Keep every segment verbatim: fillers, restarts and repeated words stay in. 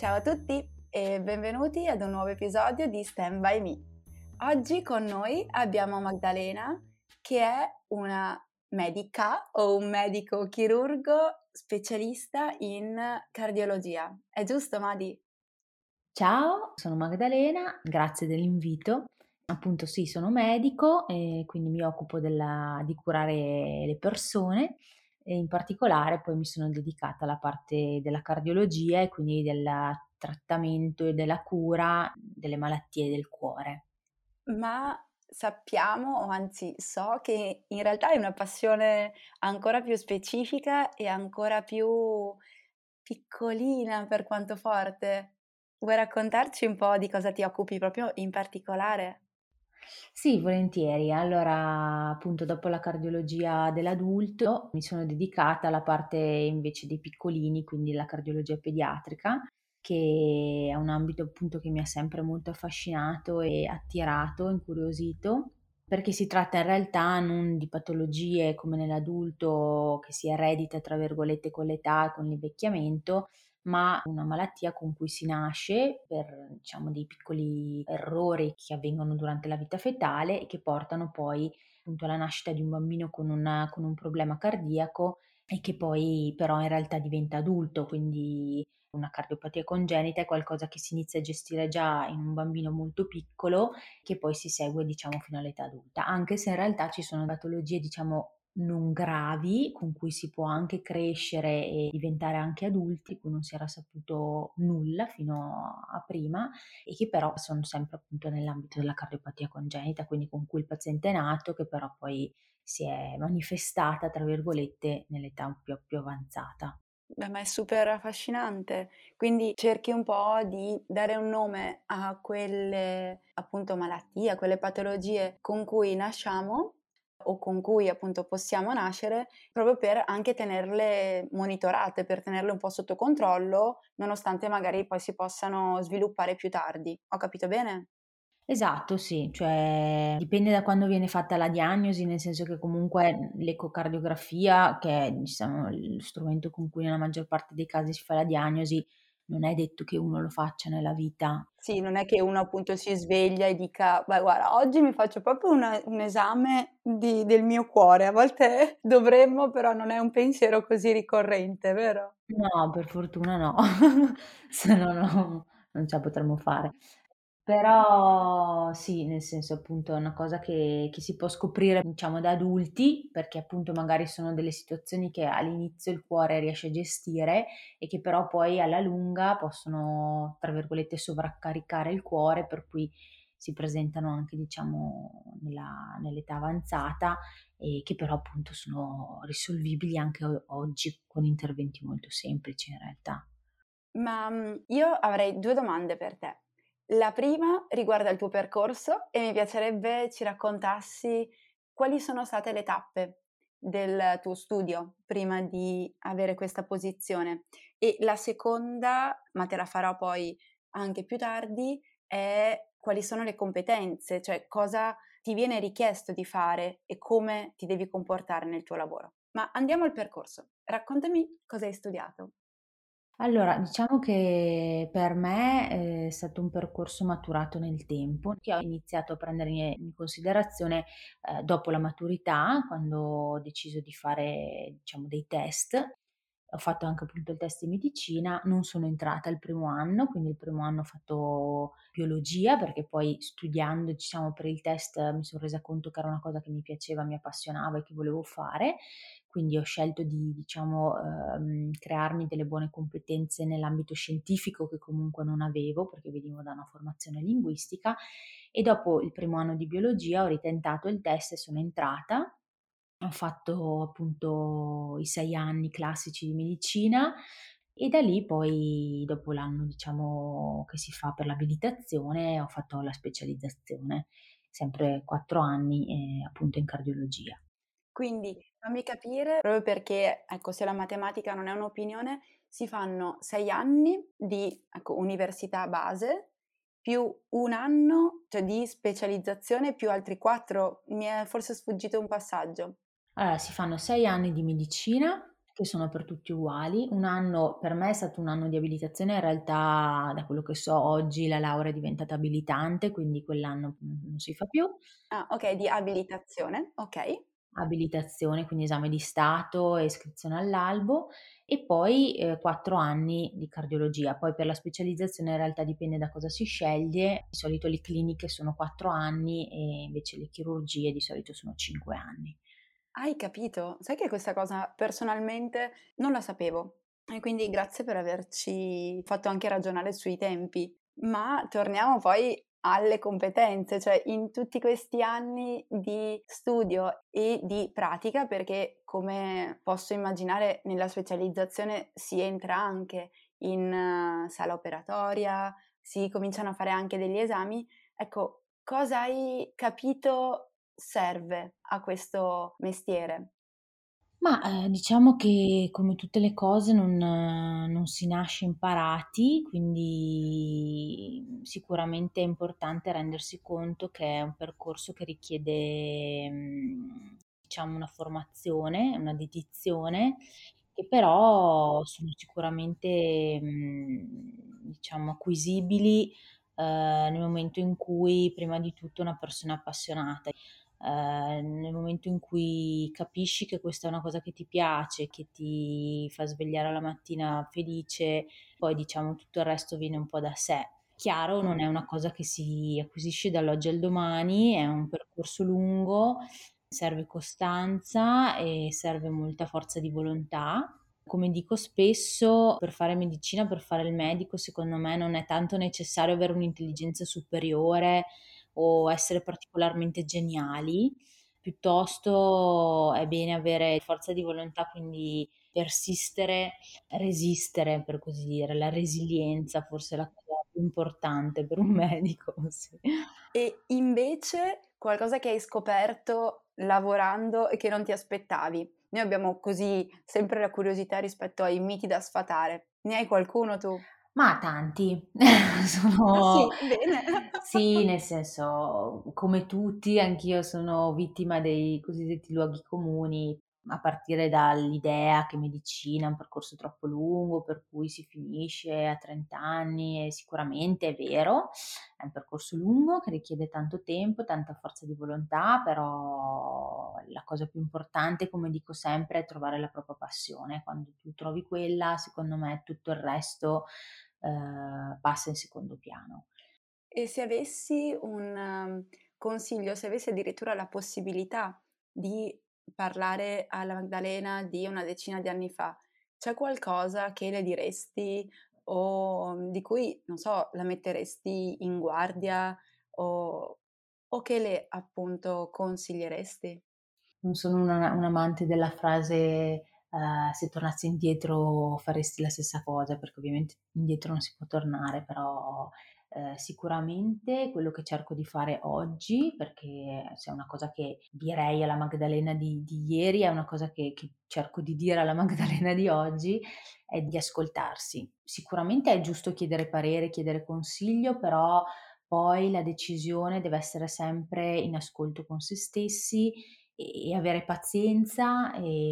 Ciao a tutti e benvenuti ad un nuovo episodio di Stand By Me. Oggi con noi abbiamo Magdalena, che è una medica o un medico chirurgo specialista in cardiologia. È giusto, Madi? Ciao, sono Magdalena, grazie dell'invito. Appunto sì, sono medico e quindi mi occupo della di curare le persone e in particolare poi mi sono dedicata alla parte della cardiologia e quindi del trattamento e della cura delle malattie del cuore. Ma sappiamo, o anzi so, che in realtà hai una passione ancora più specifica e ancora più piccolina per quanto forte. Vuoi raccontarci un po' di cosa ti occupi proprio in particolare? Sì, volentieri. Allora, appunto, dopo la cardiologia dell'adulto mi sono dedicata alla parte invece dei piccolini, quindi la cardiologia pediatrica, che è un ambito appunto che mi ha sempre molto affascinato e attirato, incuriosito, perché si tratta in realtà non di patologie come nell'adulto che si eredita, tra virgolette, con l'età e con l'invecchiamento, ma una malattia con cui si nasce per, diciamo, dei piccoli errori che avvengono durante la vita fetale e che portano poi appunto alla nascita di un bambino con un con un problema cardiaco e che poi però in realtà diventa adulto, quindi una cardiopatia congenita è qualcosa che si inizia a gestire già in un bambino molto piccolo, che poi si segue diciamo fino all'età adulta, anche se in realtà ci sono patologie diciamo non gravi, con cui si può anche crescere e diventare anche adulti, di cui non si era saputo nulla fino a prima e che però sono sempre appunto nell'ambito della cardiopatia congenita, quindi con cui il paziente è nato, che però poi si è manifestata, tra virgolette, nell'età più, più avanzata. Beh, ma è super affascinante. Quindi cerchi un po' di dare un nome a quelle appunto malattie, a quelle patologie con cui nasciamo o con cui appunto possiamo nascere, proprio per anche tenerle monitorate, per tenerle un po' sotto controllo, nonostante magari poi si possano sviluppare più tardi. Ho capito bene? Esatto, sì, cioè dipende da quando viene fatta la diagnosi, nel senso che comunque l'ecocardiografia, che è diciamo lo strumento con cui nella maggior parte dei casi si fa la diagnosi, non è detto che uno lo faccia nella vita. Sì, non è che uno appunto si sveglia e dica: "Beh guarda, oggi mi faccio proprio una un esame di del mio cuore." A volte dovremmo, però non è un pensiero così ricorrente, vero? No, per fortuna no, se no no non ce la potremmo fare. Però sì, nel senso appunto è una cosa che che si può scoprire diciamo da adulti, perché appunto magari sono delle situazioni che all'inizio il cuore riesce a gestire e che però poi alla lunga possono, tra virgolette, "sovraccaricare" il cuore, per cui si presentano anche diciamo nella nell'età avanzata e che però appunto sono risolvibili anche o oggi con interventi molto semplici in realtà. Ma, mhmm, io avrei due domande per te. La prima riguarda il tuo percorso e mi piacerebbe ci raccontassi quali sono state le tappe del tuo studio prima di avere questa posizione. E la seconda, ma te la farò poi anche più tardi, è quali sono le competenze, cioè cosa ti viene richiesto di fare e come ti devi comportare nel tuo lavoro. Ma andiamo al percorso. Raccontami cosa hai studiato. Allora, diciamo che per me è stato un percorso maturato nel tempo, che ho iniziato a prendere in in considerazione, ehm, dopo la maturità, quando ho deciso di fare, diciamo, dei test. Ho fatto anche appunto il test di medicina, non sono entrata il primo anno, quindi il primo anno ho fatto biologia, perché poi studiando, diciamo, per il test mi son resa conto che era una cosa che mi piaceva, mi appassionava e che volevo fare. Quindi ho scelto di, diciamo, ehm, crearmi delle buone competenze nell'ambito scientifico che comunque non avevo, perché venivo da una formazione linguistica e dopo il primo anno di biologia ho ritentato il test e sono entrata. Ho fatto appunto i sei anni classici di medicina e da lì poi dopo l'anno diciamo che si fa per l'abilitazione ho fatto la specializzazione, sempre quattro anni, ehm, appunto in cardiologia. Quindi fammi capire, proprio perché, ecco, se la matematica non è un'opinione, si fanno sei anni di, ecco, università base, più un anno, cioè di specializzazione, più altri quattro. Mi è forse sfuggito un passaggio. Allora si fanno sei anni di medicina che sono per tutti uguali. Un anno per me è stato un anno di abilitazione, in realtà da quello che so oggi la laurea è diventata abilitante, quindi quell'anno, mhmm, non si fa più. Ah, okay, di abilitazione, okay. Abilitazione, quindi esame di stato e iscrizione all'albo e poi, ehm, quattro anni di cardiologia. Poi per la specializzazione in realtà dipende da cosa si sceglie, di solito le cliniche sono quattro anni e invece le chirurgie di solito sono cinque anni. Hai capito? Sai che questa cosa personalmente non la sapevo e quindi grazie per averci fatto anche ragionare sui tempi. Ma torniamo poi alle competenze, cioè in tutti questi anni di studio e di pratica, perché come posso immaginare nella specializzazione si entra anche in eh, sala operatoria, si cominciano a fare anche degli esami. Ecco, cosa hai capito serve a questo mestiere? Ma, ehm, diciamo che come tutte le cose non non si nasce imparati, quindi, mhmm, sicuramente è importante rendersi conto che è un percorso che richiede, mhmm, diciamo una formazione, una dedizione, che però sono sicuramente, mhmm, diciamo acquisibili, ehm, nel momento in cui prima di tutto una persona è appassionata. Ehm, nel momento in cui capisci che questa è una cosa che ti piace, che ti fa svegliare la mattina felice, poi diciamo tutto il resto viene un po' da sé. Chiaro, non è una cosa che si acquisisce dall'oggi al domani, è un percorso lungo, serve costanza e serve molta forza di volontà. Come dico spesso, per fare medicina, per fare il medico, secondo me non è tanto necessario avere un'intelligenza superiore o essere particolarmente geniali, piuttosto è bene avere forza di volontà, quindi persistere, resistere per così dire, la resilienza forse è la cosa più importante per un medico, sì. E invece qualcosa che hai scoperto lavorando e che non ti aspettavi. Noi abbiamo così sempre la curiosità rispetto ai miti da sfatare. Ne hai qualcuno tu? Ma tanti. Ah Sono sì? Bene. sì, nel senso, come tutti anch'io sono vittima dei cosiddetti luoghi comuni, a partire dall'idea che medicina è un percorso troppo lungo, per cui si finisce a trenta anni e sicuramente è vero, è un percorso lungo che richiede tanto tempo, tanta forza di volontà, però la cosa più importante, come dico sempre, è trovare la propria passione. Quando tu trovi quella, secondo me tutto il resto ehm, passa in secondo piano. E se avessi un um, consiglio, se avessi addirittura la possibilità di parlare alla Magdalena di una decina di anni fa, c'è qualcosa che le diresti o mm, di cui, non so, la metteresti in guardia o o che le, appunto, consiglieresti? Non sono una un amante della frase, ehm: "Se tornassi indietro faresti la stessa cosa", perché ovviamente indietro non si può tornare, però, ehm, sicuramente quello che cerco di fare oggi, perché se è una cosa che direi alla Magdalena di di ieri, è una cosa che che cerco di dire alla Magdalena di oggi, è di ascoltarsi. Sicuramente è giusto chiedere parere, chiedere consiglio, però poi la decisione deve essere sempre in ascolto con se stessi e e avere pazienza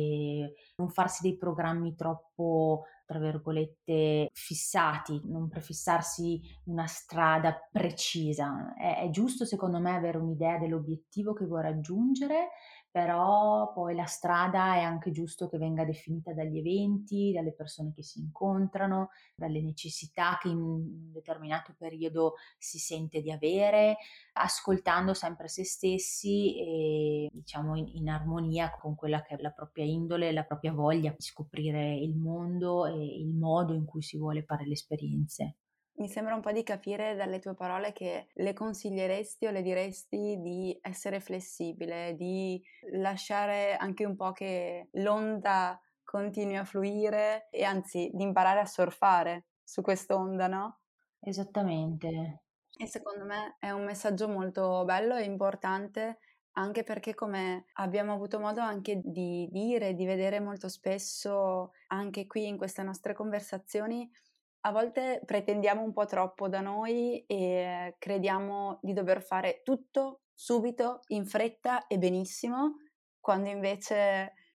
e non farsi dei programmi troppo, tra virgolette, "fissati", non prefissarsi una strada precisa. È è giusto secondo me avere un'idea dell'obiettivo che vuoi raggiungere, però poi la strada è anche giusto che venga definita dagli eventi, dalle persone che si incontrano, dalle necessità che in un determinato periodo si sente di avere, ascoltando sempre se stessi e diciamo in in armonia con quella che è la propria indole, la propria voglia di scoprire il mondo e il modo in cui si vuole fare le esperienze. Mi sembra un po' di capire dalle tue parole che le consiglieresti o le diresti di essere flessibile, di lasciare anche un po' che l'onda continui a fluire e anzi di imparare a surfare su quest'onda, no? Esattamente. E secondo me è un messaggio molto bello e importante, anche perché come abbiamo avuto modo anche di dire, di vedere molto spesso anche qui in queste nostre conversazioni, a volte pretendiamo un po' troppo da noi e crediamo di dover fare tutto subito, in fretta e benissimo, quando invece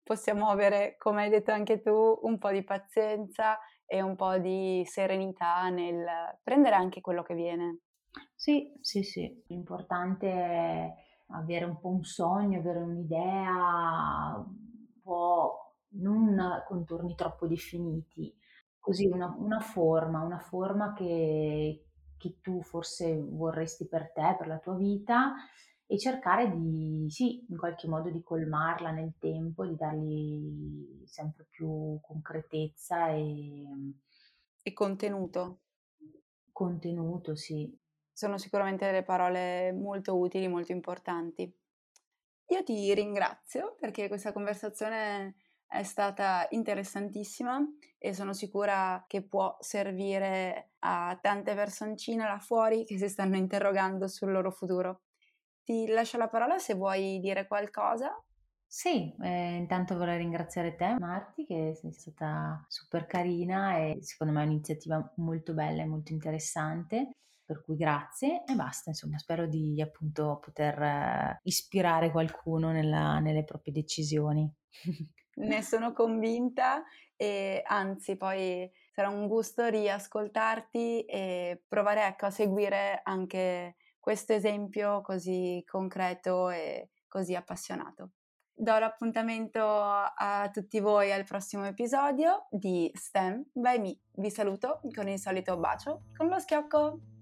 possiamo avere, come hai detto anche tu, un po' di pazienza e un po' di serenità nel prendere anche quello che viene. Sì, sì, sì. L'importante è avere un po' un sogno, avere un'idea, un po' non contorni troppo definiti, così una una forma, una forma che che tu forse vorresti per te, per la tua vita e cercare di sì, in qualche modo di colmarla nel tempo, di dargli sempre più concretezza e, mhmm, E contenuto. contenuto, sì. Sono sicuramente delle parole molto utili, molto importanti. Io ti ringrazio perché questa conversazione è stata interessantissima e sono sicura che può servire a tante personcine là fuori che si stanno interrogando sul loro futuro. Ti lascio la parola se vuoi dire qualcosa. Sì, ehm, intanto vorrei ringraziare te Marti, che sei stata super carina e secondo me è un'iniziativa molto bella e molto interessante, per cui grazie e basta, insomma spero di appunto poter eh, ispirare qualcuno nella nelle proprie decisioni. Ne sono convinta e anzi poi sarà un gusto riascoltarti e provare, ecco, a seguire anche questo esempio così concreto e così appassionato. Do l'appuntamento a tutti voi al prossimo episodio di STEM by Me. Vi saluto con il solito bacio con lo schiocco.